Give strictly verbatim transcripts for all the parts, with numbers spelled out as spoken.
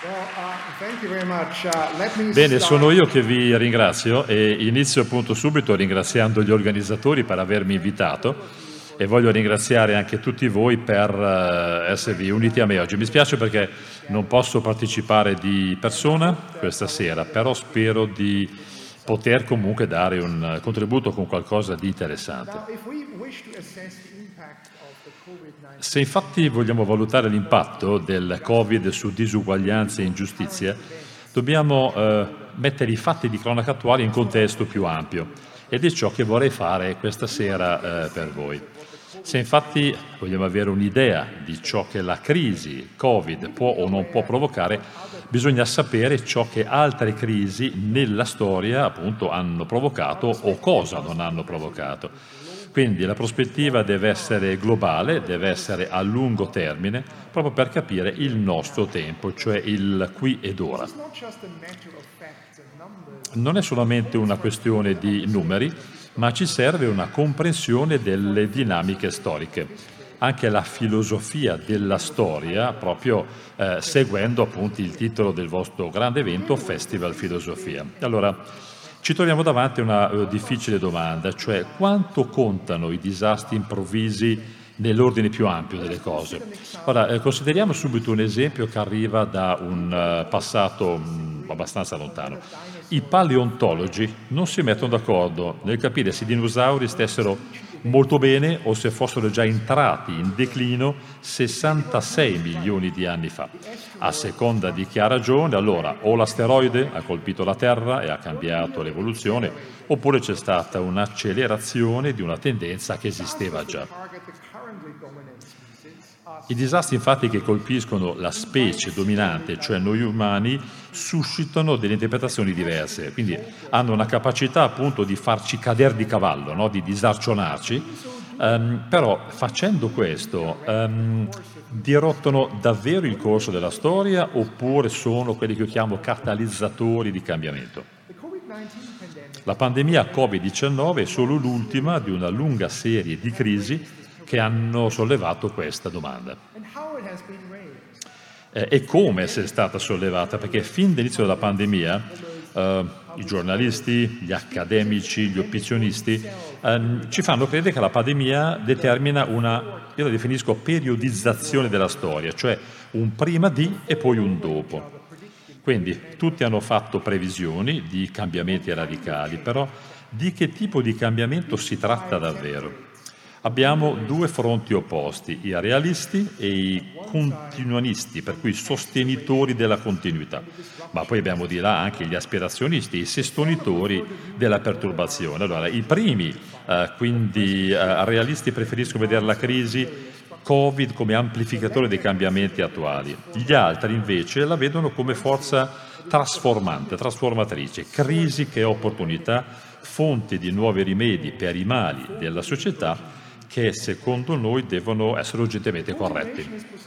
Bene, sono io che vi ringrazio e inizio appunto subito ringraziando gli organizzatori per avermi invitato e voglio ringraziare anche tutti voi per eh, esservi uniti a me oggi. Mi spiace perché non posso partecipare di persona questa sera, però spero di poter comunque dare un contributo con qualcosa di interessante. Se infatti vogliamo valutare l'impatto del Covid su disuguaglianze e ingiustizie, dobbiamo eh, mettere i fatti di cronaca attuali in contesto più ampio ed è ciò che vorrei fare questa sera eh, per voi. Se infatti vogliamo avere un'idea di ciò che la crisi Covid può o non può provocare, bisogna sapere ciò che altre crisi nella storia appunto hanno provocato o cosa non hanno provocato. Quindi la prospettiva deve essere globale, deve essere a lungo termine, proprio per capire il nostro tempo, cioè il qui ed ora. Non è solamente una questione di numeri, ma ci serve una comprensione delle dinamiche storiche, anche la filosofia della storia, proprio eh, seguendo appunto il titolo del vostro grande evento, Festival Filosofia. Allora, ci troviamo davanti a una uh, difficile domanda, cioè quanto contano i disastri improvvisi nell'ordine più ampio delle cose. Ora, eh, consideriamo subito un esempio che arriva da un uh, passato mh, abbastanza lontano. I paleontologi non si mettono d'accordo nel capire se i dinosauri stessero molto bene o se fossero già entrati in declino sessantasei milioni di anni fa. A seconda di chi ha ragione, allora o l'asteroide ha colpito la Terra e ha cambiato l'evoluzione, oppure c'è stata un'accelerazione di una tendenza che esisteva già. I disastri infatti che colpiscono la specie dominante, cioè noi umani, suscitano delle interpretazioni diverse, quindi hanno una capacità appunto di farci cadere di cavallo, no? Di disarcionarci, um, però facendo questo um, dirottano davvero il corso della storia oppure sono quelli che io chiamo catalizzatori di cambiamento? La pandemia covid diciannove è solo l'ultima di una lunga serie di crisi che hanno sollevato questa domanda. Eh, e come si è stata sollevata? Perché fin dall'inizio della pandemia eh, i giornalisti, gli accademici, gli opinionisti eh, ci fanno credere che la pandemia determina una, io la definisco, periodizzazione della storia, cioè un prima di e poi un dopo. Quindi tutti hanno fatto previsioni di cambiamenti radicali, però di che tipo di cambiamento si tratta davvero? Abbiamo due fronti opposti, i realisti e i continuanisti, per cui i sostenitori della continuità. Ma poi abbiamo di là anche gli aspirazionisti, i sostenitori della perturbazione. Allora, i primi, eh, quindi eh, realisti, preferiscono vedere la crisi Covid come amplificatore dei cambiamenti attuali. Gli altri invece la vedono come forza trasformante, trasformatrice, crisi che è opportunità, fonte di nuovi rimedi per i mali della società che secondo noi devono essere oggettivamente corretti.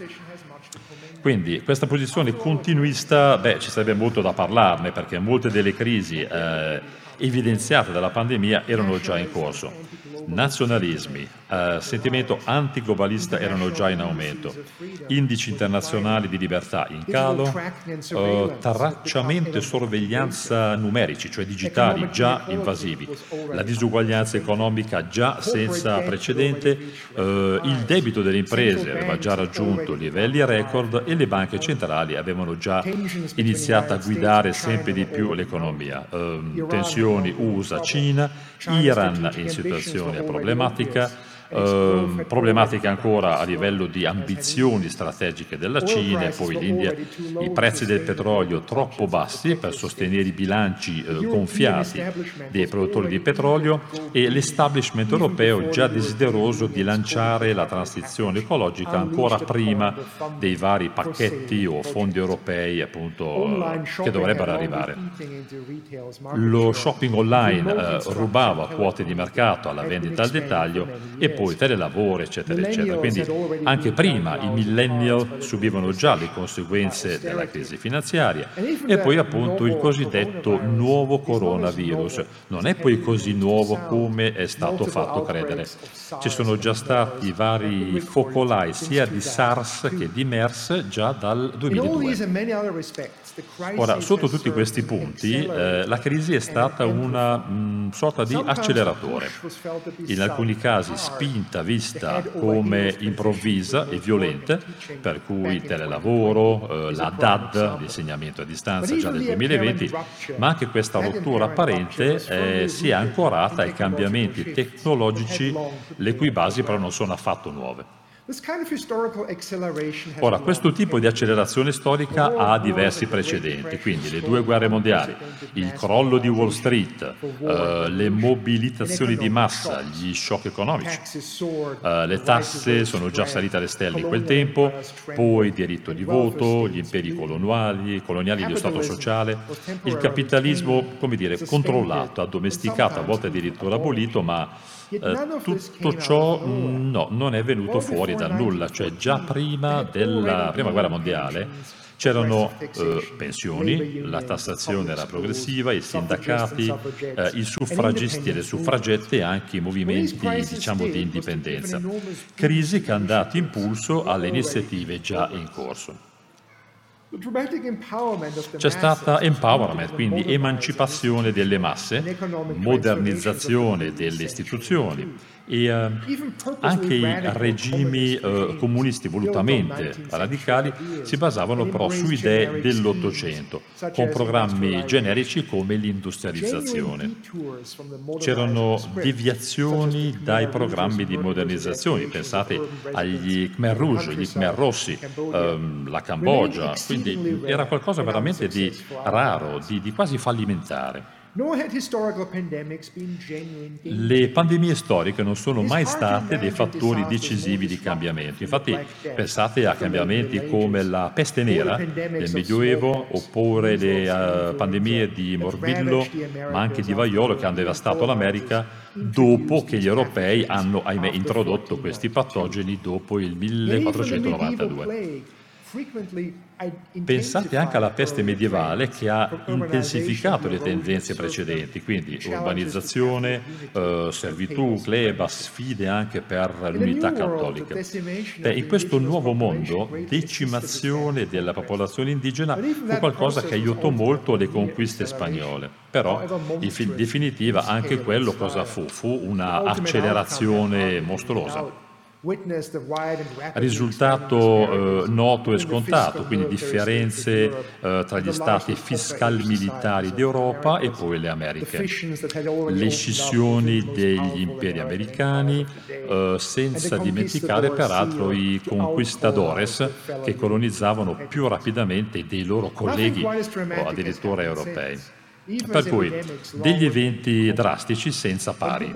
Quindi questa posizione continuista, beh, ci sarebbe molto da parlarne perché molte delle crisi eh, evidenziate dalla pandemia erano già in corso. Nazionalismi, eh, sentimento antiglobalista erano già in aumento, indici internazionali di libertà in calo, eh, tracciamento e sorveglianza numerici, cioè digitali, già invasivi, la disuguaglianza economica già senza precedente, eh, il debito delle imprese aveva già raggiunto livelli record e le banche centrali avevano già iniziato a guidare sempre di più l'economia. Eh, tensioni U S A-Cina, Iran in situazione problematica, eh, problematica ancora a livello di ambizioni strategiche della Cina e poi l'India, i prezzi del petrolio troppo bassi per sostenere i bilanci eh, gonfiati dei produttori di petrolio e l'establishment europeo già desideroso di lanciare la transizione ecologica ancora prima dei vari pacchetti o fondi europei appunto eh, che dovrebbero arrivare. Lo shopping online eh, rubava quote di mercato alla vendita al dettaglio e poi poi telelavoro, eccetera, eccetera. Quindi anche prima i millennial subivano già le conseguenze della crisi finanziaria e poi appunto il cosiddetto nuovo coronavirus. Non è poi così nuovo come è stato fatto credere. Ci sono già stati vari focolai sia di SARS che di MERS già dal duemiladue. Ora, sotto tutti questi punti, eh, la crisi è stata una mh, sorta di acceleratore, in alcuni casi spinta, vista come improvvisa e violenta, per cui telelavoro, eh, la D A D, l'insegnamento a distanza già nel duemilaventi, ma anche questa rottura apparente eh, si è ancorata ai cambiamenti tecnologici, le cui basi però non sono affatto nuove. Ora, questo tipo di accelerazione storica ha diversi precedenti, quindi le due guerre mondiali, il crollo di Wall Street, eh, le mobilitazioni di massa, gli shock economici, eh, le tasse sono già salite alle stelle in quel tempo, poi diritto di voto, gli imperi coloniali, coloniali dello Stato sociale, il capitalismo, come dire, controllato, addomesticato, a volte addirittura abolito, ma Eh, tutto ciò no, non è venuto fuori dal nulla, cioè già prima della prima guerra mondiale c'erano eh, pensioni, la tassazione era progressiva, i sindacati, eh, i suffragisti e le suffragette e anche i movimenti, diciamo, di indipendenza. Crisi che hanno dato impulso alle iniziative già in corso. C'è stata empowerment, quindi emancipazione delle masse, modernizzazione delle istituzioni e eh, anche i regimi eh, comunisti volutamente radicali si basavano però su idee dell'Ottocento, con programmi generici come l'industrializzazione. C'erano deviazioni dai programmi di modernizzazione, pensate agli Khmer Rouge, gli Khmer Rossi, ehm, la Cambogia, quindi era qualcosa veramente di raro, di, di quasi fallimentare. Le pandemie storiche non sono mai state dei fattori decisivi di cambiamento. Infatti pensate a cambiamenti come la peste nera del Medioevo oppure le uh, pandemie di morbillo, ma anche di vaiolo che hanno devastato l'America dopo che gli europei hanno, ahimè, introdotto questi patogeni dopo il millequattrocentonovantadue. Pensate anche alla peste medievale che ha intensificato le tendenze precedenti, quindi urbanizzazione, eh, servitù, gleba, sfide anche per l'unità cattolica. Beh, in questo nuovo mondo, decimazione della popolazione indigena fu qualcosa che aiutò molto le conquiste spagnole, però in definitiva anche quello cosa fu? Fu una accelerazione mostruosa. Risultato eh, noto e scontato, quindi differenze eh, tra gli stati fiscali militari d'Europa e poi le Americhe, le scissioni degli imperi americani, eh, senza dimenticare peraltro i conquistadores che colonizzavano più rapidamente dei loro colleghi o addirittura europei. Per cui degli eventi drastici senza pari.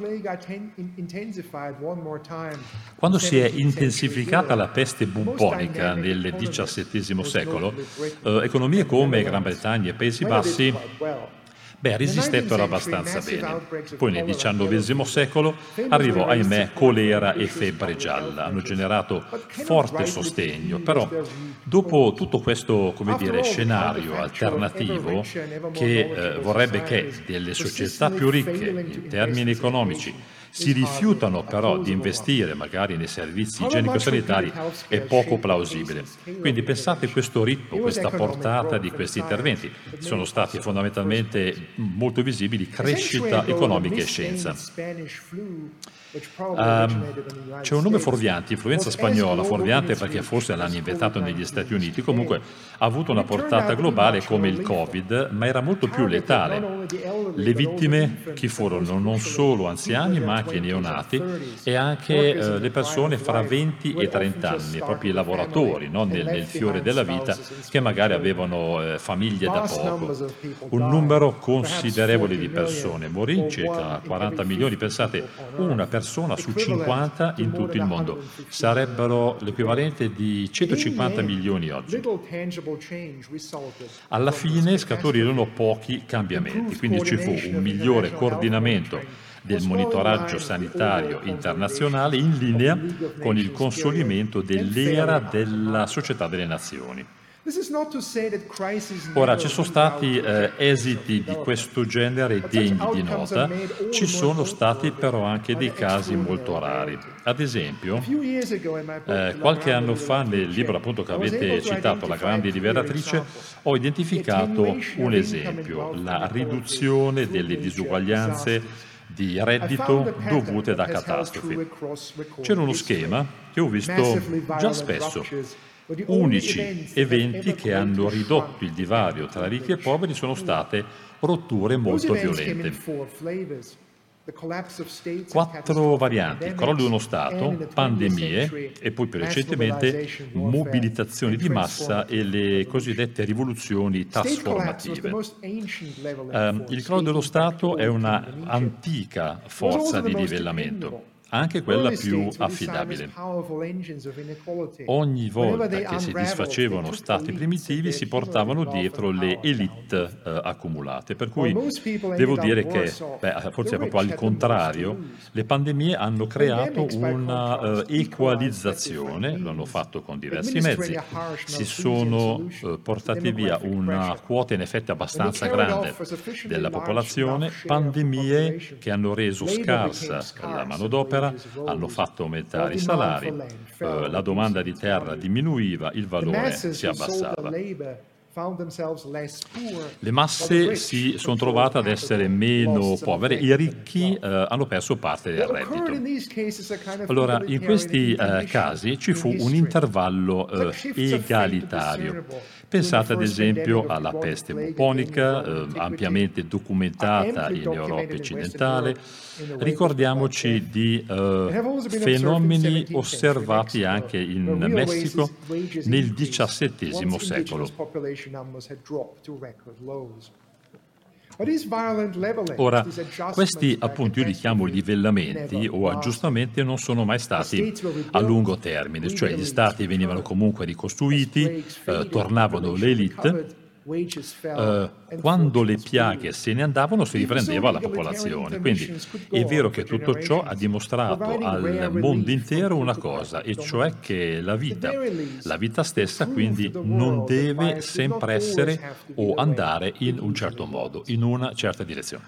Quando si è intensificata la peste bubbonica nel diciassettesimo secolo, eh, economie come Gran Bretagna e Paesi Bassi Beh, resistettero abbastanza bene. Poi nel diciannovesimo secolo arrivò, ahimè, colera e febbre gialla. Hanno generato forte sostegno, però dopo tutto questo, come dire, scenario alternativo che eh, vorrebbe che delle società più ricche in termini economici si rifiutano però di investire magari nei servizi igienico-sanitari è poco plausibile. Quindi pensate a questo ritmo, questa portata di questi interventi. Sono stati fondamentalmente molto visibili crescita economica e scienza. Um, c'è un nome fuorviante, influenza spagnola, fuorviante perché forse l'hanno inventato negli Stati Uniti, comunque ha avuto una portata globale come il Covid, ma era molto più letale. Le vittime chi furono? Non solo anziani ma anche neonati e anche eh, le persone fra venti e trenta anni, proprio i lavoratori, no? nel, nel fiore della vita, che magari avevano eh, famiglie da poco. Un numero considerevole di persone morì, circa quaranta milioni, pensate, una persona su cinquanta in tutto il mondo, sarebbero l'equivalente di centocinquanta milioni oggi. Alla fine scaturirono pochi cambiamenti, quindi ci fu un migliore coordinamento del monitoraggio sanitario internazionale in linea con il consolidamento dell'era della società delle nazioni. Ora, ci sono stati eh, esiti di questo genere degni di nota, ci sono stati però anche dei casi molto rari. Ad esempio, eh, qualche anno fa nel libro appunto che avete citato, La grande liberatrice, ho identificato un esempio, la riduzione delle disuguaglianze di reddito dovute da catastrofi. C'era uno schema che ho visto già spesso. Unici eventi che hanno ridotto il divario tra ricchi e poveri sono state rotture molto violente. Quattro varianti: crollo di uno Stato, pandemie e poi più recentemente mobilitazioni di massa e le cosiddette rivoluzioni trasformative. Um, il crollo dello Stato è una antica forza di livellamento, anche quella più affidabile. Ogni volta che si disfacevano stati primitivi si portavano dietro le elite eh, accumulate, per cui devo dire che, beh, forse proprio al contrario, le pandemie hanno creato una eh, equalizzazione, lo hanno fatto con diversi mezzi, si sono eh, portati via una quota in effetti abbastanza grande della popolazione, pandemie che hanno reso scarsa la manodopera, hanno fatto aumentare i salari, eh, la domanda di terra diminuiva, il valore si abbassava. Le masse si sono trovate ad essere meno povere, i ricchi eh, hanno perso parte del reddito. Allora, in questi eh, casi ci fu un intervallo eh, egalitario. Pensate ad esempio alla peste bubbonica, eh, ampiamente documentata in Europa occidentale. Ricordiamoci di eh, fenomeni osservati anche in Messico nel diciassettesimo secolo. Ora, questi appunto io li chiamo livellamenti o aggiustamenti non sono mai stati a lungo termine, cioè gli stati venivano comunque ricostruiti, eh, tornavano le elite. Uh, quando le piaghe se ne andavano si riprendeva la popolazione, quindi è vero che tutto ciò ha dimostrato al mondo intero una cosa, e cioè che la vita, la vita stessa quindi non deve sempre essere o andare in un certo modo, in una certa direzione.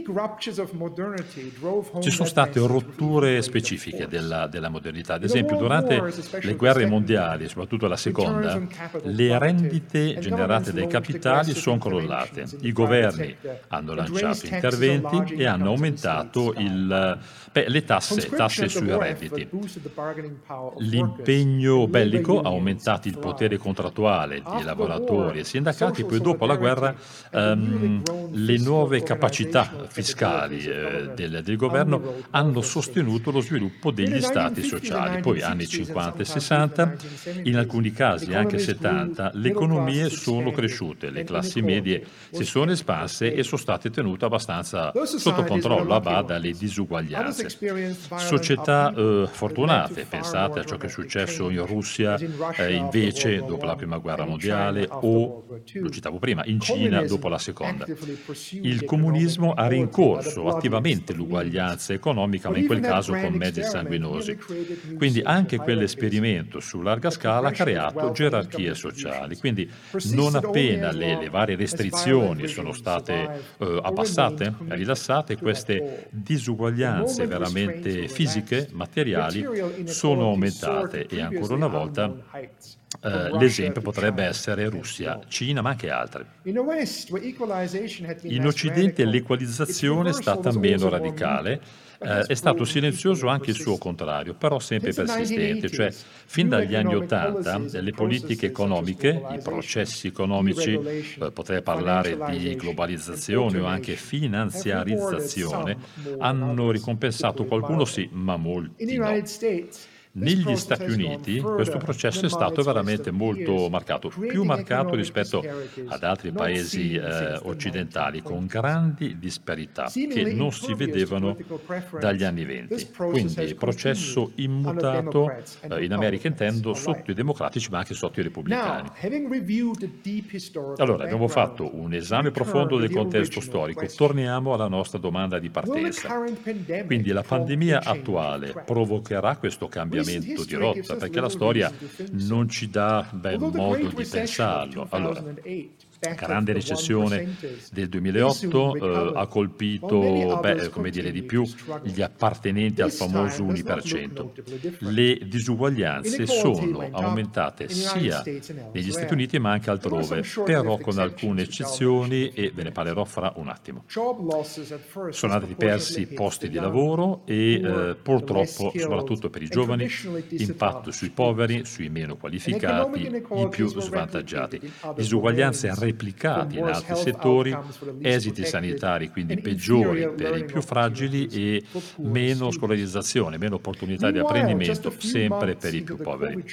Ci sono state rotture specifiche della, della modernità, ad esempio durante le guerre mondiali, soprattutto la seconda, le rendite generate dai capitali sono crollate. I governi hanno lanciato interventi e hanno aumentato il, beh, le tasse, tasse sui redditi. L'impegno bellico ha aumentato il potere contrattuale di lavoratori e sindacati, poi dopo la guerra ehm, le nuove capacità fiscali eh, del, del governo hanno sostenuto lo sviluppo degli stati sociali. Poi anni cinquanta e sessanta, in alcuni casi anche settanta, le economie sono cresciute. Le classi medie si sono espanse e sono state tenute abbastanza sotto controllo a bada le disuguaglianze. Società eh, fortunate, pensate a ciò che è successo in Russia eh, invece dopo la prima guerra mondiale o, lo citavo prima, in Cina dopo la seconda. Il comunismo ha rincorso attivamente l'uguaglianza economica, ma in quel caso con mezzi sanguinosi. Quindi anche quell'esperimento su larga scala ha creato gerarchie sociali. Quindi non appena le, le varie restrizioni sono state eh, abbassate, rilassate, queste disuguaglianze veramente fisiche, materiali, sono aumentate e ancora una volta eh, l'esempio potrebbe essere Russia, Cina, ma anche altre. In Occidente l'equalizzazione è stata meno radicale. Eh, è stato silenzioso anche il suo contrario, però sempre persistente, cioè fin dagli anni Ottanta le politiche economiche, i processi economici, eh, potrei parlare di globalizzazione o anche finanziarizzazione, hanno ricompensato qualcuno sì, ma molti no. Negli Stati Uniti questo processo è stato veramente molto marcato, più marcato rispetto ad altri paesi eh, occidentali, con grandi disparità che non si vedevano dagli anni venti. Quindi processo immutato, eh, in America intendo, sotto i democratici ma anche sotto i repubblicani. Allora, abbiamo fatto un esame profondo del contesto storico, torniamo alla nostra domanda di partenza. Quindi la pandemia attuale provocherà questo cambiamento di rotta, perché la storia non ci dà ben modo di pensarlo. Allora, grande recessione del duemilaotto eh, ha colpito, beh, come dire, di più gli appartenenti al famoso uno per cento. Le disuguaglianze sono aumentate sia negli Stati Uniti ma anche altrove, però con alcune eccezioni e ve ne parlerò fra un attimo. Sono andati persi posti di lavoro e eh, purtroppo, soprattutto per i giovani, impatto sui poveri, sui meno qualificati, i più svantaggiati. Disuguaglianze replicati in altri settori, esiti sanitari quindi peggiori per i più fragili e meno scolarizzazione, meno opportunità di apprendimento sempre per i più poveri.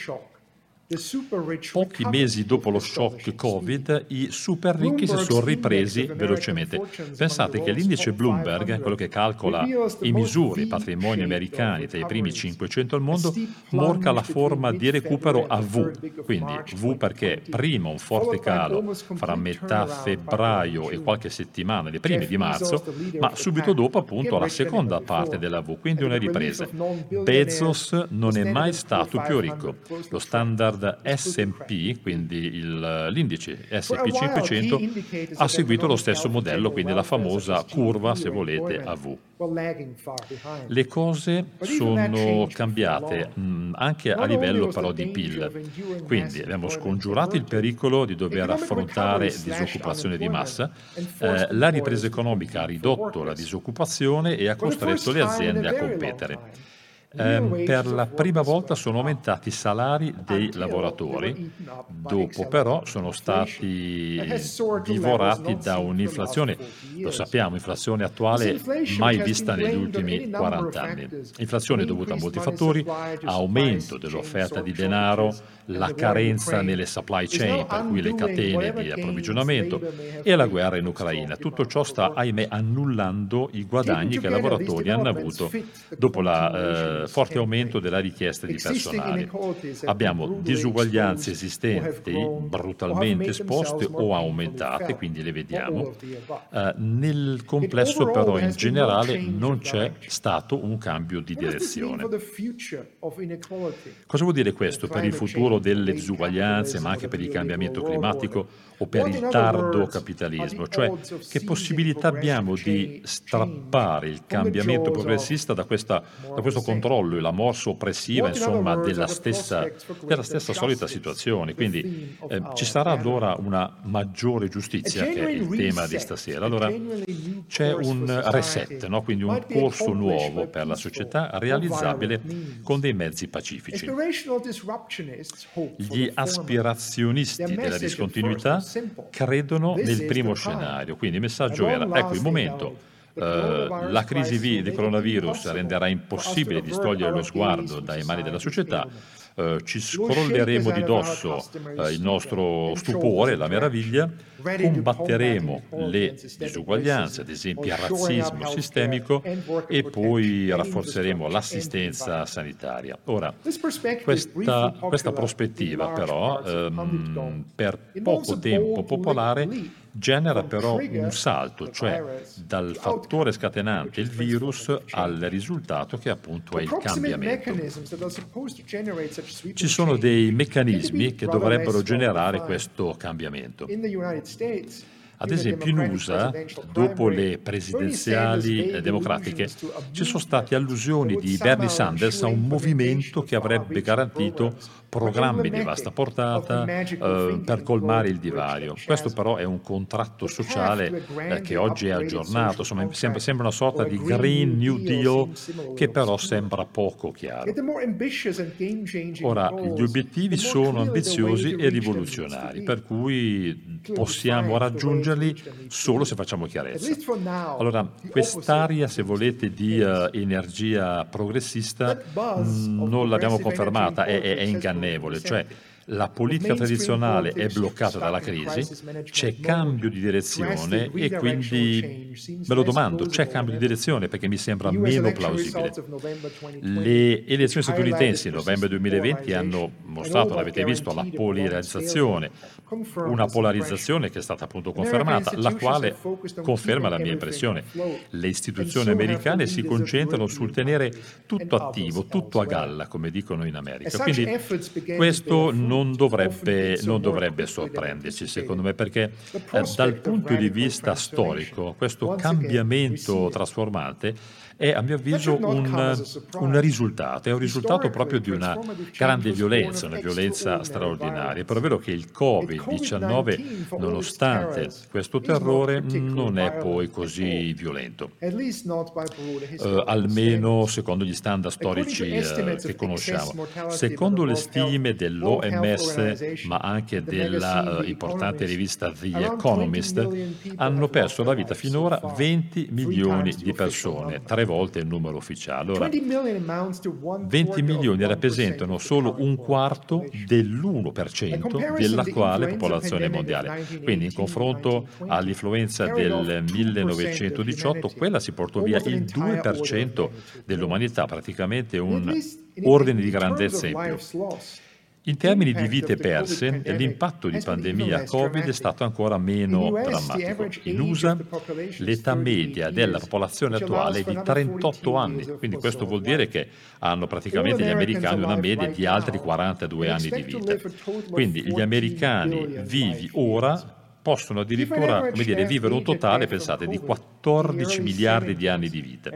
Pochi mesi dopo lo shock Covid, i super ricchi si sono ripresi velocemente. Pensate che l'indice Bloomberg, quello che calcola e misura i patrimoni americani tra i primi cinquecento al mondo, morca la forma di recupero a V. Quindi V perché prima un forte calo fra metà febbraio e qualche settimana, le prime di marzo, ma subito dopo appunto la seconda parte della V, quindi una ripresa. Bezos non è mai stato più ricco. Lo standard S and P, quindi il, l'indice S and P cinquecento, ha seguito lo stesso modello, quindi la famosa curva, se volete, a V. Le cose sono cambiate mh, anche a livello però di P I L. Quindi abbiamo scongiurato il pericolo di dover affrontare disoccupazione di massa, eh, la ripresa economica ha ridotto la disoccupazione e ha costretto le aziende a competere. Eh, per la prima volta sono aumentati i salari dei lavoratori, dopo però sono stati divorati da un'inflazione, lo sappiamo, inflazione attuale mai vista negli ultimi quaranta anni. Inflazione dovuta a molti fattori, aumento dell'offerta di denaro, la carenza nelle supply chain, per cui le catene di approvvigionamento, e la guerra in Ucraina. Tutto ciò sta, ahimè, annullando i guadagni che i lavoratori hanno avuto dopo la eh, forte aumento della richiesta di personale. Abbiamo disuguaglianze esistenti brutalmente esposte o aumentate, quindi le vediamo. Eh, nel complesso però in generale non c'è stato un cambio di direzione. Cosa vuol dire questo per il futuro delle disuguaglianze, ma anche per il cambiamento climatico o per il tardo capitalismo? Cioè, che possibilità abbiamo di strappare il cambiamento progressista da, questa, da questo controllo e la morsa oppressiva, insomma, della stessa, della stessa solita situazione? Quindi eh, ci sarà allora una maggiore giustizia, che è il tema di stasera. Allora c'è un reset, no? Quindi un corso nuovo per la società realizzabile con dei mezzi pacifici. Gli aspirazionisti della discontinuità credono nel primo scenario, quindi il messaggio era: ecco il momento. Uh, la crisi del coronavirus renderà impossibile distogliere lo sguardo dai mali della società, uh, ci scrolleremo di dosso uh, il nostro stupore, la meraviglia, combatteremo le disuguaglianze, ad esempio il razzismo sistemico, e poi rafforzeremo l'assistenza sanitaria. Ora, questa, questa prospettiva però um, per poco tempo popolare genera però un salto, cioè dal fattore scatenante, il virus, al risultato che appunto è il cambiamento. Ci sono dei meccanismi che dovrebbero generare questo cambiamento. Ad esempio in U S A, dopo le presidenziali democratiche, ci sono state allusioni di Bernie Sanders a un movimento che avrebbe garantito programmi di vasta portata eh, per colmare il divario. Questo però è un contratto sociale eh, che oggi è aggiornato, insomma sembra, sembra una sorta di Green New Deal che però sembra poco chiaro. Ora, gli obiettivi sono ambiziosi e rivoluzionari, per cui possiamo raggiungere sconfiggerli solo se facciamo chiarezza. Allora, quest'aria, se volete, di uh, energia progressista mh, non l'abbiamo confermata, è, è, è ingannevole, cioè la politica tradizionale è bloccata dalla crisi, c'è cambio di direzione e quindi me lo domando, c'è cambio di direzione perché mi sembra meno plausibile. Le elezioni statunitensi nel novembre duemilaventi hanno mostrato, l'avete visto, la polarizzazione, una polarizzazione che è stata appunto confermata, la quale conferma la mia impressione. Le istituzioni americane si concentrano sul tenere tutto attivo, tutto a galla, come dicono in America. Quindi questo non Non dovrebbe, non dovrebbe sorprenderci, secondo me, perché eh, dal punto di vista storico questo cambiamento trasformante è, a mio avviso, un, un risultato, è un risultato proprio di una grande violenza, una violenza straordinaria. Però è vero che il covid diciannove, nonostante questo terrore, non è poi così violento, eh, almeno secondo gli standard storici eh, che conosciamo. Secondo le stime dell'O M S, ma anche della uh, importante rivista The Economist, hanno perso la vita finora venti milioni di persone, tre volte il numero ufficiale. Ora, venti milioni rappresentano solo un quarto dell'uno per cento dell'attuale popolazione mondiale. Quindi, in confronto all'influenza del millenovecentodiciotto, quella si portò via il due per cento dell'umanità, praticamente un ordine di grandezza in più. In termini di vite perse, l'impatto di pandemia Covid è stato ancora meno drammatico. In U S A l'età media della popolazione attuale è di trentotto anni, quindi questo vuol dire che hanno praticamente gli americani una media di altri quarantadue anni di vita. Quindi gli americani vivi ora possono addirittura, come dire, vivere un totale, pensate, di quattordici miliardi di anni di vita.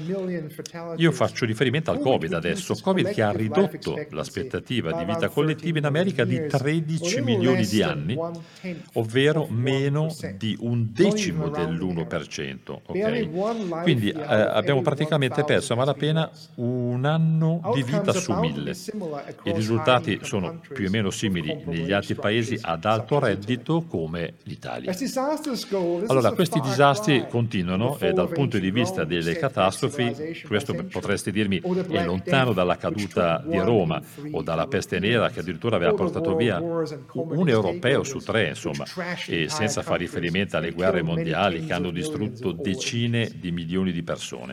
Io faccio riferimento al Covid adesso, Covid che ha ridotto l'aspettativa di vita collettiva in America di tredici milioni di anni, ovvero meno di un decimo dell'uno per cento. Okay? Quindi eh, abbiamo praticamente perso a malapena un anno di vita su mille. I risultati sono più o meno simili negli altri paesi ad alto reddito come l'Italia. Allora, questi disastri continuano e dal punto di vista delle catastrofi, questo potreste dirmi è lontano dalla caduta di Roma o dalla peste nera che addirittura aveva portato via un europeo su tre, insomma, e senza fare riferimento alle guerre mondiali che hanno distrutto decine di milioni di persone.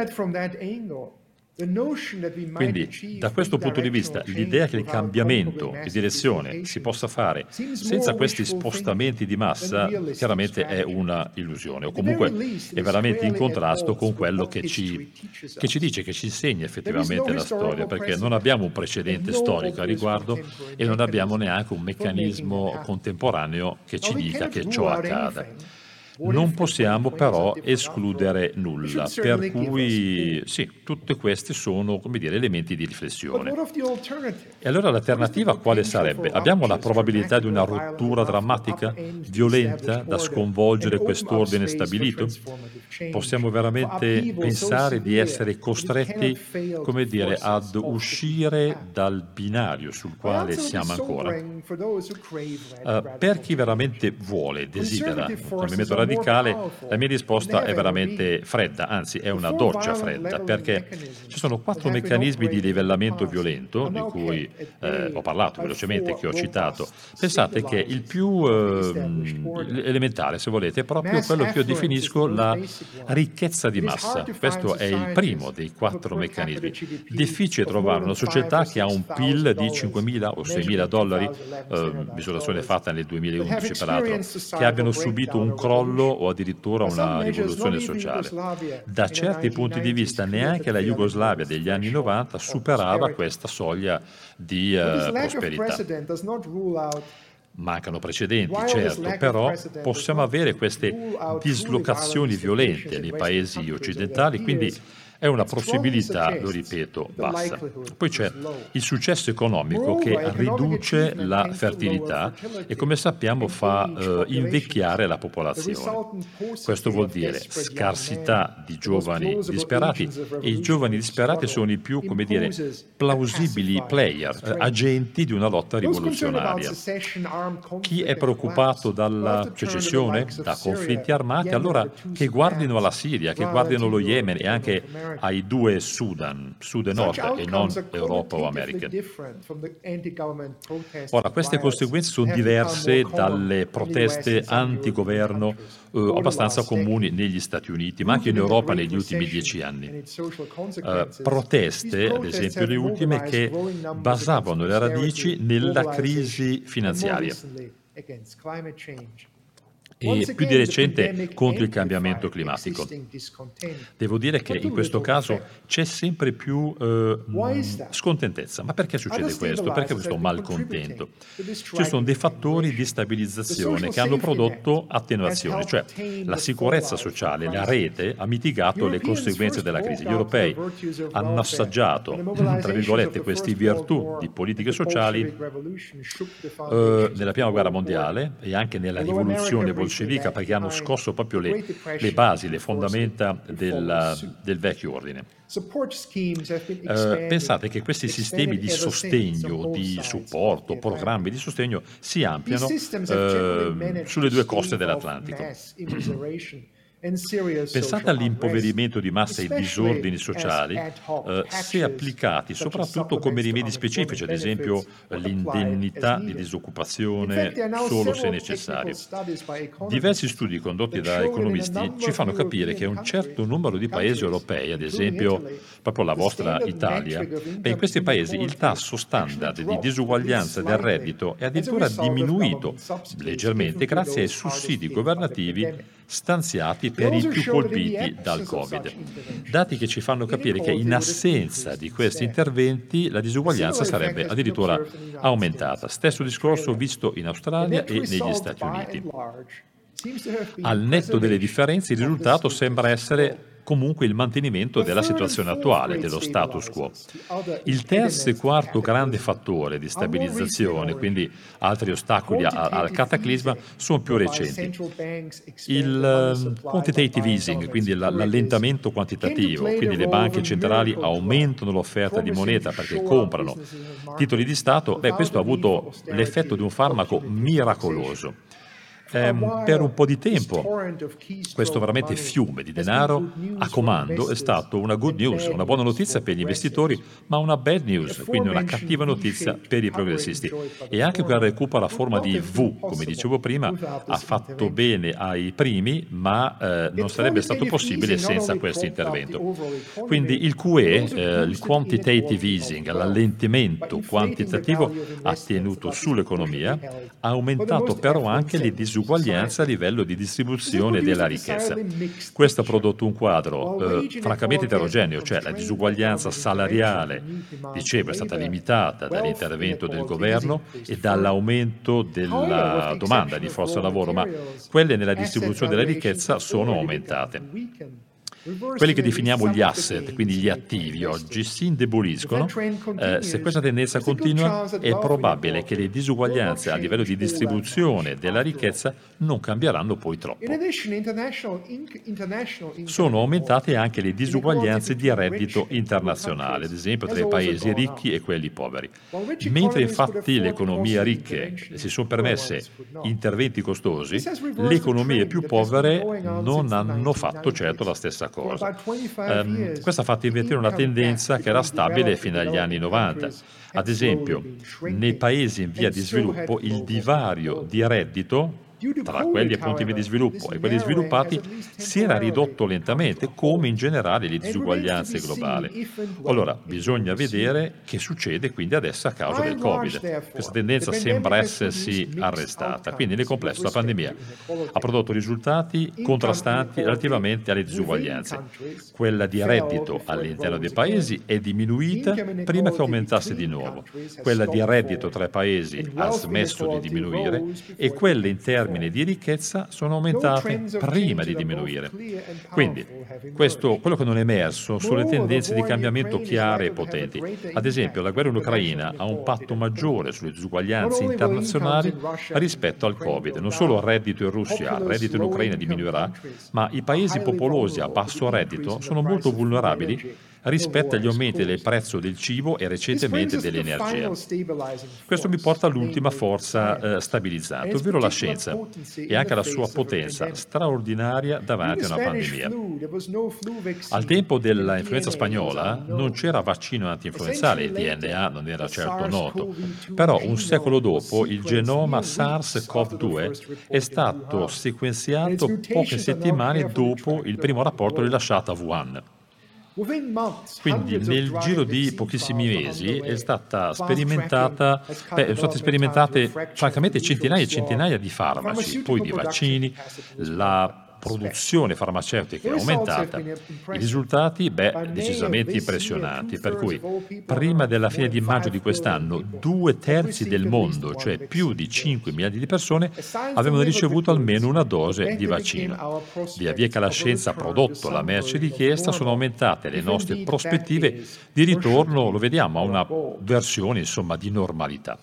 Quindi, da questo punto di vista, l'idea che il cambiamento di direzione si possa fare senza questi spostamenti di massa chiaramente è una illusione, o comunque è veramente in contrasto con quello che ci, che ci dice, che ci insegna effettivamente la storia, perché non abbiamo un precedente storico a riguardo e non abbiamo neanche un meccanismo contemporaneo che ci dica che ciò accada. Non possiamo però escludere nulla, per cui sì, tutte queste sono, come dire, elementi di riflessione. E allora l'alternativa quale sarebbe? Abbiamo la probabilità di una rottura drammatica, violenta, da sconvolgere quest'ordine stabilito? Possiamo veramente pensare di essere costretti, come dire, ad uscire dal binario sul quale siamo ancora? Uh, per chi veramente vuole, desidera un cambiamento radicale, la mia risposta è veramente fredda, anzi è una doccia fredda, perché ci sono quattro meccanismi di livellamento violento, di cui eh, ho parlato velocemente, che ho citato. Pensate che il più eh, elementare, se volete, è proprio quello che io definisco la ricchezza di massa. Questo è il primo dei quattro meccanismi. Difficile trovare una società che ha un P I L di cinquemila o seimila dollari, eh, misurazione fatta nel duemilaundici peraltro, che abbiano subito un crollo o addirittura una rivoluzione sociale. Da certi punti di vista neanche la Jugoslavia degli anni novanta superava questa soglia di uh, prosperità. Mancano precedenti, certo, però possiamo avere queste dislocazioni violente nei paesi occidentali, quindi è una possibilità, lo ripeto, bassa. Poi c'è il successo economico che riduce la fertilità e, come sappiamo, fa eh, invecchiare la popolazione. Questo vuol dire scarsità di giovani disperati, e i giovani disperati sono i più, come dire, plausibili player, eh, agenti di una lotta rivoluzionaria. Chi è preoccupato dalla secessione, da conflitti armati, allora che guardino alla Siria, che guardino lo Yemen e anche ai due Sudan, Sud e Nord, e non Europa o America. Ora, queste conseguenze sono diverse dalle proteste antigoverno eh, abbastanza comuni negli Stati Uniti, ma anche in Europa negli ultimi dieci anni. Eh, proteste, ad esempio le ultime, che basavano le radici nella crisi finanziaria e più di recente contro il cambiamento climatico. Devo dire che in questo caso c'è sempre più eh, scontentezza. Ma perché succede questo? Perché questo malcontento? Ci sono dei fattori di stabilizzazione che hanno prodotto attenuazione, cioè la sicurezza sociale, la rete ha mitigato le conseguenze della crisi. Gli europei hanno assaggiato, tra virgolette, queste virtù di politiche sociali eh, nella prima guerra mondiale e anche nella rivoluzione bolscevica, perché hanno scosso proprio le, le basi, le fondamenta del, del vecchio ordine. Eh, pensate che questi sistemi di sostegno, di supporto, programmi di sostegno si ampliano eh, sulle due coste dell'Atlantico. Pensate all'impoverimento di massa e ai disordini sociali, eh, se applicati soprattutto come rimedi specifici, ad esempio l'indennità di disoccupazione solo se necessario. Diversi studi condotti da economisti ci fanno capire che un certo numero di paesi europei, ad esempio proprio la vostra Italia, beh, in questi paesi il tasso standard di disuguaglianza del reddito è addirittura diminuito leggermente grazie ai sussidi governativi stanziati per i più colpiti dal Covid. Dati che ci fanno capire che in assenza di questi interventi la disuguaglianza sarebbe addirittura aumentata. Stesso discorso visto in Australia e negli Stati Uniti. Al netto delle differenze, il risultato sembra essere comunque il mantenimento della situazione attuale, dello status quo. Il terzo e quarto grande fattore di stabilizzazione, quindi altri ostacoli a, al cataclisma, sono più recenti. Il uh, quantitative easing, quindi la, l'allentamento quantitativo, quindi le banche centrali aumentano l'offerta di moneta perché comprano titoli di Stato, beh, questo ha avuto l'effetto di un farmaco miracoloso. Eh, per un po' di tempo questo veramente fiume di denaro a comando è stato una good news, una buona notizia per gli investitori, ma una bad news, quindi una cattiva notizia per i progressisti. E anche quel recupero a forma di V, come dicevo prima, ha fatto bene ai primi, ma eh, non sarebbe stato possibile senza questo intervento. Quindi il Q E, eh, il quantitative easing, l'allentamento quantitativo, ha tenuto sull'economia, ha aumentato però anche le disuguaglianze a livello di distribuzione della ricchezza. Questo ha prodotto un quadro eh, francamente eterogeneo, cioè la disuguaglianza salariale, dicevo, è stata limitata dall'intervento del governo e dall'aumento della domanda di forza lavoro, ma quelle nella distribuzione della ricchezza sono aumentate. Quelli che definiamo gli asset, quindi gli attivi, oggi si indeboliscono. Eh, se questa tendenza continua, è probabile che le disuguaglianze a livello di distribuzione della ricchezza non cambieranno poi troppo. Sono aumentate anche le disuguaglianze di reddito internazionale, ad esempio tra i paesi ricchi e quelli poveri. Mentre infatti le economie ricche si sono permesse interventi costosi, le economie più povere non hanno fatto certo la stessa cosa. Um, questo ha fatto invertire una tendenza che era stabile fino agli anni novanta. Ad esempio, nei paesi in via di sviluppo il divario di reddito tra quelli appunto in via di sviluppo e quelli sviluppati si era ridotto lentamente, come in generale le disuguaglianze globali. Allora, bisogna vedere che succede quindi adesso a causa del Covid. Questa tendenza sembra essersi arrestata, quindi nel complesso la pandemia ha prodotto risultati contrastanti relativamente alle disuguaglianze. Quella di reddito all'interno dei paesi è diminuita prima che aumentasse di nuovo. Quella di reddito tra i paesi ha smesso di diminuire e quella in termini termini di ricchezza sono aumentate prima di diminuire. Quindi, questo, quello che non è emerso sono le tendenze di cambiamento chiare e potenti. Ad esempio, la guerra in Ucraina ha un patto maggiore sulle disuguaglianze internazionali rispetto al Covid. Non solo il reddito in Russia, il reddito in Ucraina diminuirà, ma i paesi popolosi a basso reddito sono molto vulnerabili rispetto agli aumenti del prezzo del cibo e recentemente dell'energia. Questo mi porta all'ultima forza eh, stabilizzante, ovvero la scienza e anche la sua potenza straordinaria davanti a una pandemia. Al tempo dell'influenza spagnola non c'era vaccino anti-influenzale, il D N A non era certo noto, però un secolo dopo il genoma SARS-CoV due è stato sequenziato poche settimane dopo il primo rapporto rilasciato a Wuhan. Quindi nel giro di pochissimi mesi è stata sperimentata, beh, sono state sperimentate francamente centinaia e centinaia di farmaci, poi di vaccini, la produzione farmaceutica è aumentata, i risultati, beh, decisamente impressionanti, per cui prima della fine di maggio di quest'anno due terzi del mondo, cioè più di cinque miliardi di persone, avevano ricevuto almeno una dose di vaccino. Via via che la scienza ha prodotto la merce richiesta, sono aumentate le nostre prospettive di ritorno, lo vediamo, a una versione, insomma, di normalità.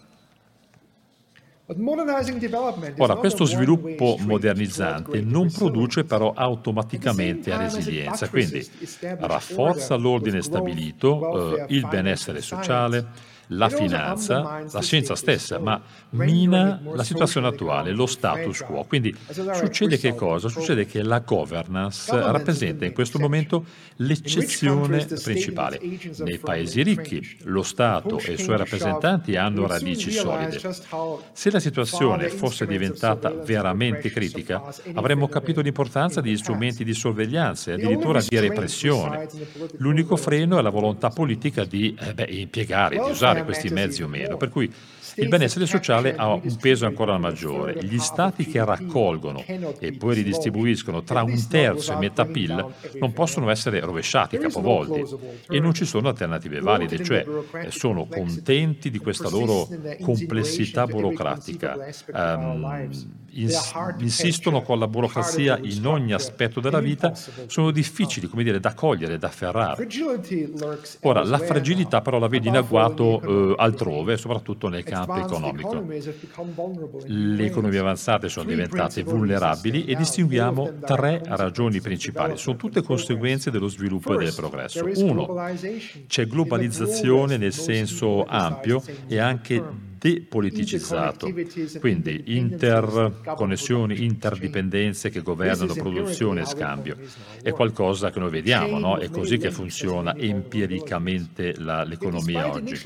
Ora, questo sviluppo modernizzante non produce però automaticamente resilienza, quindi rafforza l'ordine stabilito, eh, il benessere sociale, la finanza, la scienza stessa, ma mina la situazione attuale, lo status quo. Quindi succede che cosa? Succede che la governance rappresenta in questo momento l'eccezione principale. Nei paesi ricchi lo Stato e i suoi rappresentanti hanno radici solide. Se la situazione fosse diventata veramente critica, avremmo capito l'importanza degli strumenti di sorveglianza e addirittura di repressione. L'unico freno è la volontà politica di eh beh, impiegare, di usare questi mezzi o meno, per cui il benessere sociale ha un peso ancora maggiore. Gli stati che raccolgono e poi ridistribuiscono tra un terzo e metà P I L non possono essere rovesciati, capovolti, e non ci sono alternative valide, cioè sono contenti di questa loro complessità burocratica, um, ins- insistono con la burocrazia in ogni aspetto della vita, sono difficili, come dire, da cogliere, da afferrare. Ora, la fragilità però la vedi in agguato eh, altrove, soprattutto nel campo economico. Le economie avanzate sono diventate vulnerabili e distinguiamo tre ragioni principali. Sono tutte conseguenze dello sviluppo e del progresso. Uno, c'è globalizzazione nel senso ampio e anche depoliticizzato, quindi interconnessioni, interdipendenze che governano produzione e scambio. È qualcosa che noi vediamo, no? È così che funziona empiricamente la, l'economia oggi.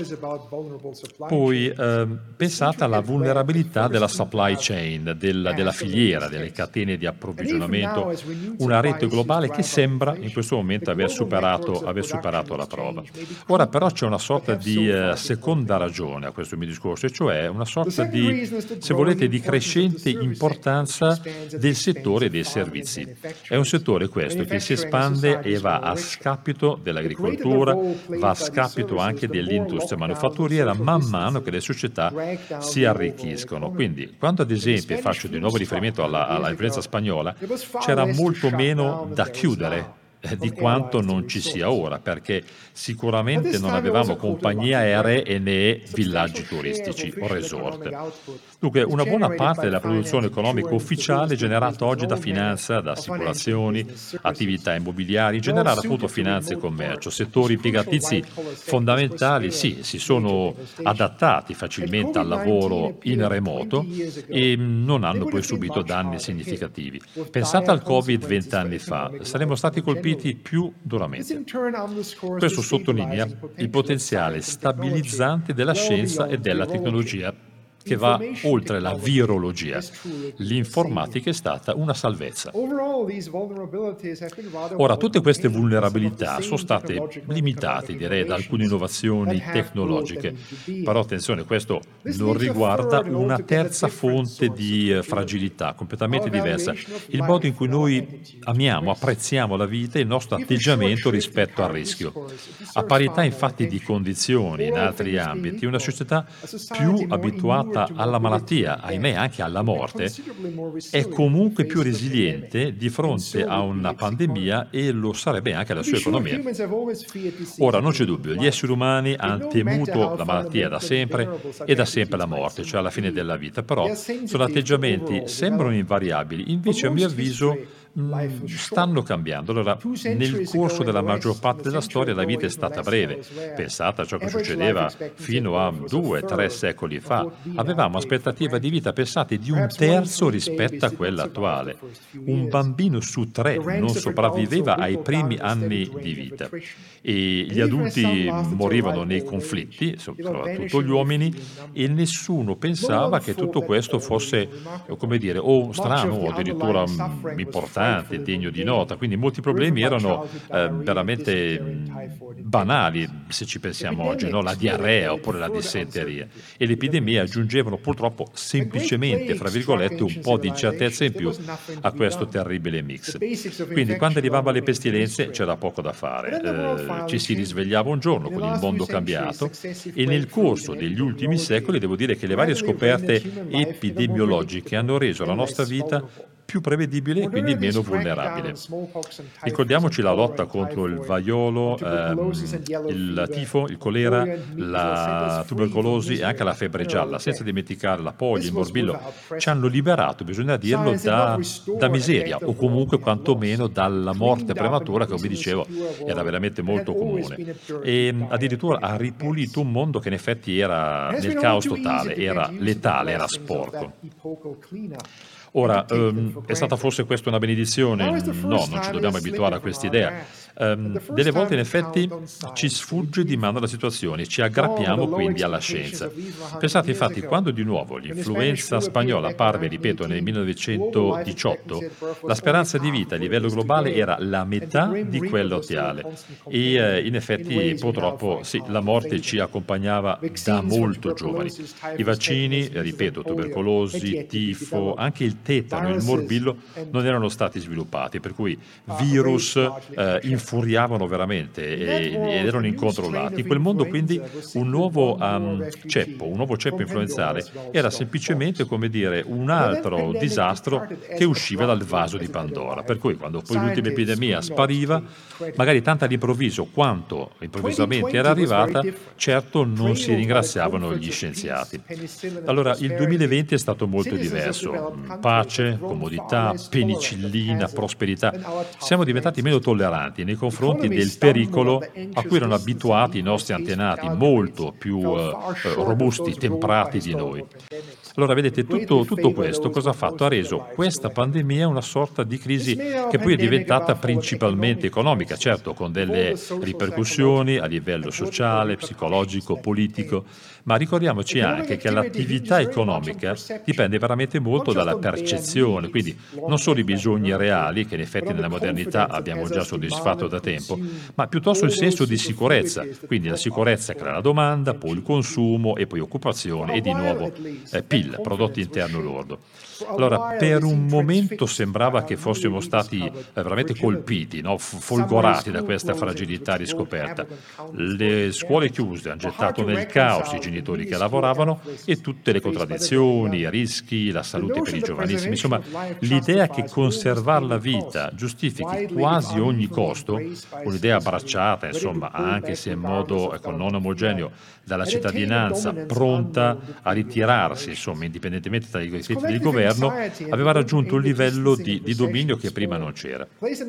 Poi eh, pensate alla vulnerabilità della supply chain, della, della filiera, delle catene di approvvigionamento, una rete globale che sembra in questo momento aver superato, aver superato la prova. Ora però c'è una sorta di eh, seconda ragione a questo mio discorso, e cioè una sorta di, se volete, di crescente importanza del settore dei servizi. È un settore questo che si espande e va a scapito dell'agricoltura, va a scapito anche dell'industria manufatturiera man mano che le società si arricchiscono. Quindi, quando ad esempio, faccio di nuovo riferimento alla, alla influenza spagnola, c'era molto meno da chiudere di quanto non ci sia ora, perché sicuramente non avevamo compagnie aeree né villaggi turistici o resort. Dunque, una buona parte della produzione economica ufficiale è generata oggi da finanza, da assicurazioni, attività immobiliari, in generale appunto finanza e commercio, settori impiegatizi fondamentali, sì, si sono adattati facilmente al lavoro in remoto e non hanno poi subito danni significativi. Pensate al Covid vent'anni fa, saremmo stati colpiti più duramente. Questo sottolinea il potenziale stabilizzante della scienza e della tecnologia che va oltre la virologia. L'informatica è stata una salvezza. Ora, tutte queste vulnerabilità sono state limitate, direi, da alcune innovazioni tecnologiche. Però attenzione, questo non riguarda una terza fonte di fragilità, completamente diversa. Il modo in cui noi amiamo, apprezziamo la vita e il nostro atteggiamento rispetto al rischio. A parità, infatti, di condizioni in altri ambiti, una società più abituata abituata alla malattia, ahimè anche alla morte, è comunque più resiliente di fronte a una pandemia e lo sarebbe anche la sua economia. Ora, non c'è dubbio, gli esseri umani hanno temuto la malattia da sempre e da sempre la morte, cioè alla fine della vita, però sono atteggiamenti, sembrano invariabili, invece a mio avviso mh, stanno cambiando. Allora, nel corso della maggior parte della storia la vita è stata breve. Pensate a ciò che succedeva fino a due, tre secoli fa. Avevamo aspettativa di vita, pensate, di un terzo rispetto a quella attuale. Un bambino su tre non sopravviveva ai primi anni di vita e gli adulti morivano nei conflitti, soprattutto gli uomini, e nessuno pensava che tutto questo fosse, come dire, o strano o addirittura mh, importante, degno di nota. Quindi molti problemi erano eh, veramente mh, banali, se ci pensiamo oggi, no? La diarrea oppure la dissenteria. E le epidemie aggiungevano purtroppo semplicemente, fra virgolette, un po' di incertezza in più a questo terribile mix. Quindi quando arrivava le pestilenze c'era poco da fare, eh, ci si risvegliava un giorno con il mondo cambiato e nel corso degli ultimi secoli devo dire che le varie scoperte epidemiologiche hanno reso la nostra vita più prevedibile e quindi meno vulnerabile. Ricordiamoci la lotta contro il vaiolo, ehm, il tifo, il colera, la tubercolosi e anche la febbre gialla, senza dimenticare la polio, il morbillo, ci hanno liberato, bisogna dirlo, da, da miseria o comunque quantomeno dalla morte prematura che, come dicevo, era veramente molto comune. E addirittura ha ripulito un mondo che in effetti era nel caos totale, era letale, era sporco. Ora, ehm, è stata forse questa una benedizione? No, non ci dobbiamo abituare a quest'idea. Um, delle volte in effetti ci sfugge di mano la situazione, ci aggrappiamo quindi alla scienza. Pensate infatti, quando di nuovo l'influenza spagnola apparve, ripeto, nel millenovecentodiciotto, la speranza di vita a livello globale era la metà di quella ottiale e eh, in effetti purtroppo sì, la morte ci accompagnava da molto giovani. I vaccini, ripeto, tubercolosi, tifo, anche il tetano e il morbillo non erano stati sviluppati, per cui virus eh, infuriavano veramente e, ed erano incontrollati. In quel mondo quindi un nuovo um, ceppo, un nuovo ceppo influenzale era semplicemente, come dire, un altro disastro che usciva dal vaso di Pandora, per cui quando poi l'ultima epidemia spariva, magari tanto all'improvviso quanto improvvisamente era arrivata, certo non si ringraziavano gli scienziati. Allora il duemilaventi è stato molto diverso. Pace, comodità, penicillina, prosperità. Siamo diventati meno tolleranti nei confronti del pericolo a cui erano abituati i nostri antenati, molto più eh, robusti, temprati di noi. Allora, vedete, tutto, tutto questo cosa ha fatto? Ha reso questa pandemia una sorta di crisi che poi è diventata principalmente economica, certo, con delle ripercussioni a livello sociale, psicologico, politico, ma ricordiamoci anche che l'attività economica dipende veramente molto dalla percezione, quindi non solo i bisogni reali, che in effetti nella modernità abbiamo già soddisfatto da tempo, ma piuttosto il senso di sicurezza, quindi la sicurezza crea la domanda, poi il consumo e poi occupazione e di nuovo eh, P I L, prodotto interno lordo. Allora, per un momento sembrava che fossimo stati eh, veramente colpiti, no? folgorati da questa fragilità riscoperta. Le scuole chiuse hanno gettato nel caos i genitori che lavoravano e tutte le contraddizioni, i rischi, la salute per i giovanissimi. Insomma, l'idea che conservare la vita giustifichi quasi ogni costo, un'idea abbracciata, insomma, anche se in modo ecco, non omogeneo, dalla cittadinanza pronta a ritirarsi, insomma, indipendentemente dai decreti del governo, aveva raggiunto un livello di, di dominio che prima non c'era.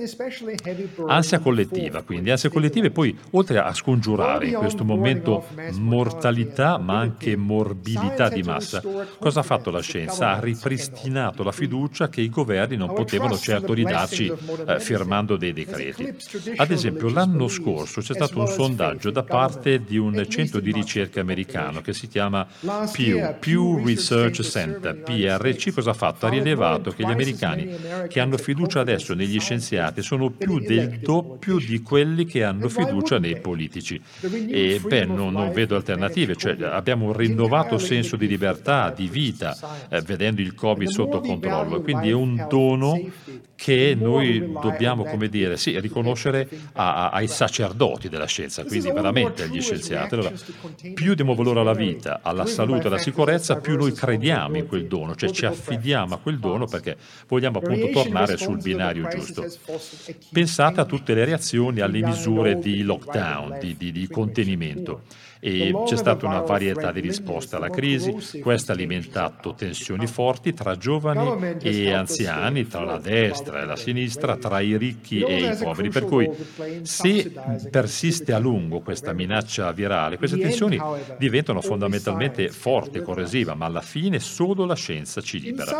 Ansia collettiva, quindi ansia collettiva e poi, oltre a scongiurare in questo momento mortalità ma anche morbilità di massa, cosa ha fatto la scienza? Ha ripristinato la fiducia che i governi non potevano certo ridarci eh, firmando dei decreti. Ad esempio, l'anno scorso c'è stato un sondaggio da parte di un centro di ricerca americano che si chiama Pew, Pew Research Research Center, P R C, cosa ha fatto? Ha rilevato che gli americani che hanno fiducia adesso negli scienziati sono più del doppio di quelli che hanno fiducia nei politici. E beh, non, non vedo alternative, cioè abbiamo un rinnovato senso di libertà, di vita, eh, vedendo il Covid sotto controllo, quindi è un dono che noi dobbiamo, come dire, sì, riconoscere a, a, ai sacerdoti della scienza, quindi veramente agli scienziati. Allora, più diamo valore alla vita, alla salute, alla sicurezza, più noi crediamo in quel dono, cioè ci affidiamo a quel dono perché vogliamo appunto tornare sul binario giusto. Pensate a tutte le reazioni alle misure di lockdown, di, di, di contenimento. E c'è stata una varietà di risposte alla crisi, questo ha alimentato tensioni forti tra giovani e anziani, tra la destra e la sinistra, tra i ricchi e i poveri. Per cui se persiste a lungo questa minaccia virale, queste tensioni diventano fondamentalmente forti e corrosive, ma alla fine solo la scienza ci libera.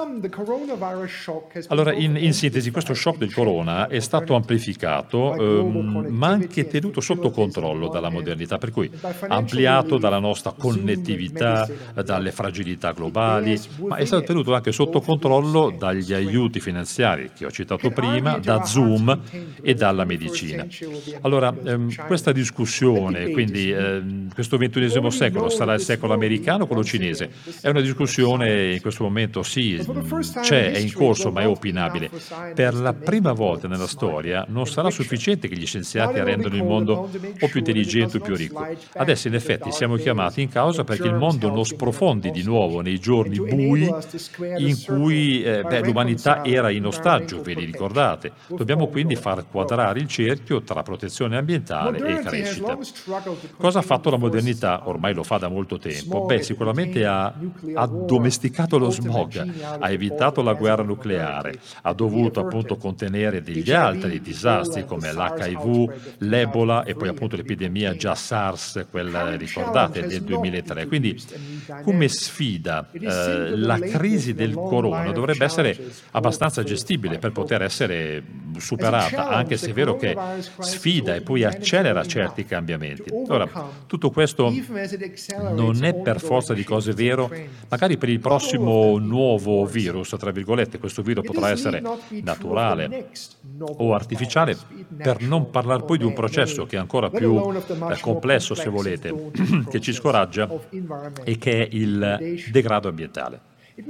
Allora, in, in sintesi, questo shock del corona è stato amplificato, ehm, ma anche tenuto sotto controllo dalla modernità, per cui ampliato dalla nostra connettività, dalle fragilità globali, ma è stato tenuto anche sotto controllo dagli aiuti finanziari che ho citato prima, da Zoom e dalla medicina. Allora, ehm, questa discussione, quindi ehm, questo ventunesimo secolo sarà il secolo americano o quello cinese? È una discussione in questo momento, sì, c'è, è in corso, ma è opinabile. Per la prima volta nella storia non sarà sufficiente che gli scienziati rendano il mondo o più intelligente o più ricco. Adesso in effetti siamo chiamati in causa perché il mondo non sprofondi di nuovo nei giorni bui in cui eh, beh, l'umanità era in ostaggio, ve li ricordate? Dobbiamo quindi far quadrare il cerchio tra protezione ambientale e crescita. Cosa ha fatto la modernità? Ormai lo fa da molto tempo. Beh, sicuramente ha addomesticato lo smog, ha evitato la guerra nucleare, ha dovuto appunto contenere degli altri disastri come l'H I V, l'Ebola e poi appunto l'epidemia già SARS, quella ricordate del duemilatré. Quindi come sfida eh, la crisi del corona dovrebbe essere abbastanza gestibile per poter essere superata, anche se è vero che sfida e poi accelera certi cambiamenti. Ora, tutto questo non è per forza di cose vero, magari per il prossimo nuovo virus, tra virgolette, questo virus potrà essere naturale o artificiale, per non parlare poi di un processo che è ancora più eh, complesso, se volete, che ci scoraggia e che è il degrado ambientale.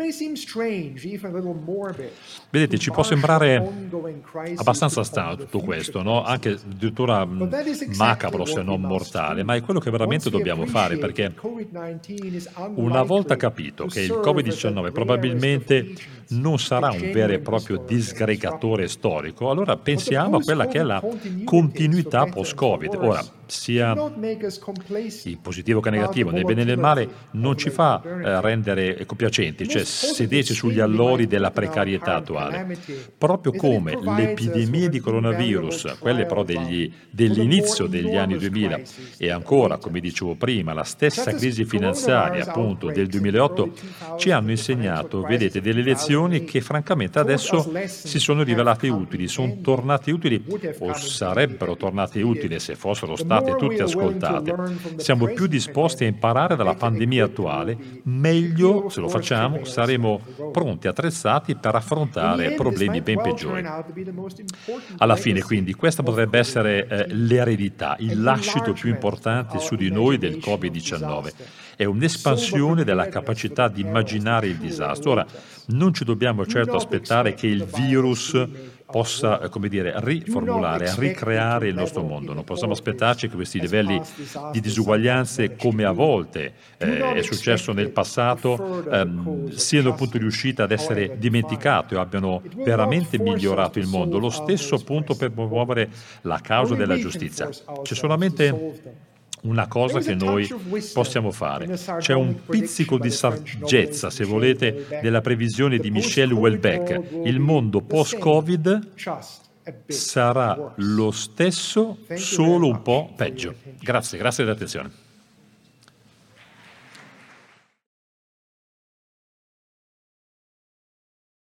Vedete, ci può sembrare abbastanza strano tutto questo, no? Anche addirittura macabro se non mortale, ma è quello che veramente dobbiamo fare, perché una volta capito che il covid diciannove probabilmente non sarà un vero e proprio disgregatore storico, allora pensiamo a quella che è la continuità post-Covid. Ora, sia in positivo che negativo, nel bene e nel male, non ci fa eh, rendere compiacenti, cioè sederci sugli allori della precarietà attuale. Proprio come le epidemie di coronavirus, quelle però degli, dell'inizio degli anni duemila, e ancora, come dicevo prima, la stessa crisi finanziaria appunto del duemilaotto, ci hanno insegnato, vedete, delle lezioni che francamente adesso si sono rivelate utili, sono tornate utili o sarebbero tornate utili se fossero state tutte ascoltate. Siamo più disposti a imparare dalla pandemia attuale, meglio se lo facciamo, saremo pronti, attrezzati per affrontare problemi ben peggiori. Alla fine, quindi, questa potrebbe essere eh, l'eredità, il lascito più importante su di noi del covid diciannove. È un'espansione della capacità di immaginare il disastro. Ora, non ci dobbiamo certo aspettare che il virus possa, come dire, riformulare, ricreare il nostro mondo. Non possiamo aspettarci che questi livelli di disuguaglianze, come a volte eh, è successo nel passato, ehm, siano appunto riusciti ad essere dimenticati o abbiano veramente migliorato il mondo. Lo stesso appunto per promuovere la causa della giustizia. C'è solamente una cosa che noi possiamo fare. C'è un pizzico di saggezza, se volete, nella previsione di Michel Houellebecq. Il mondo post-Covid sarà lo stesso, solo un po' peggio. Grazie, grazie dell'attenzione.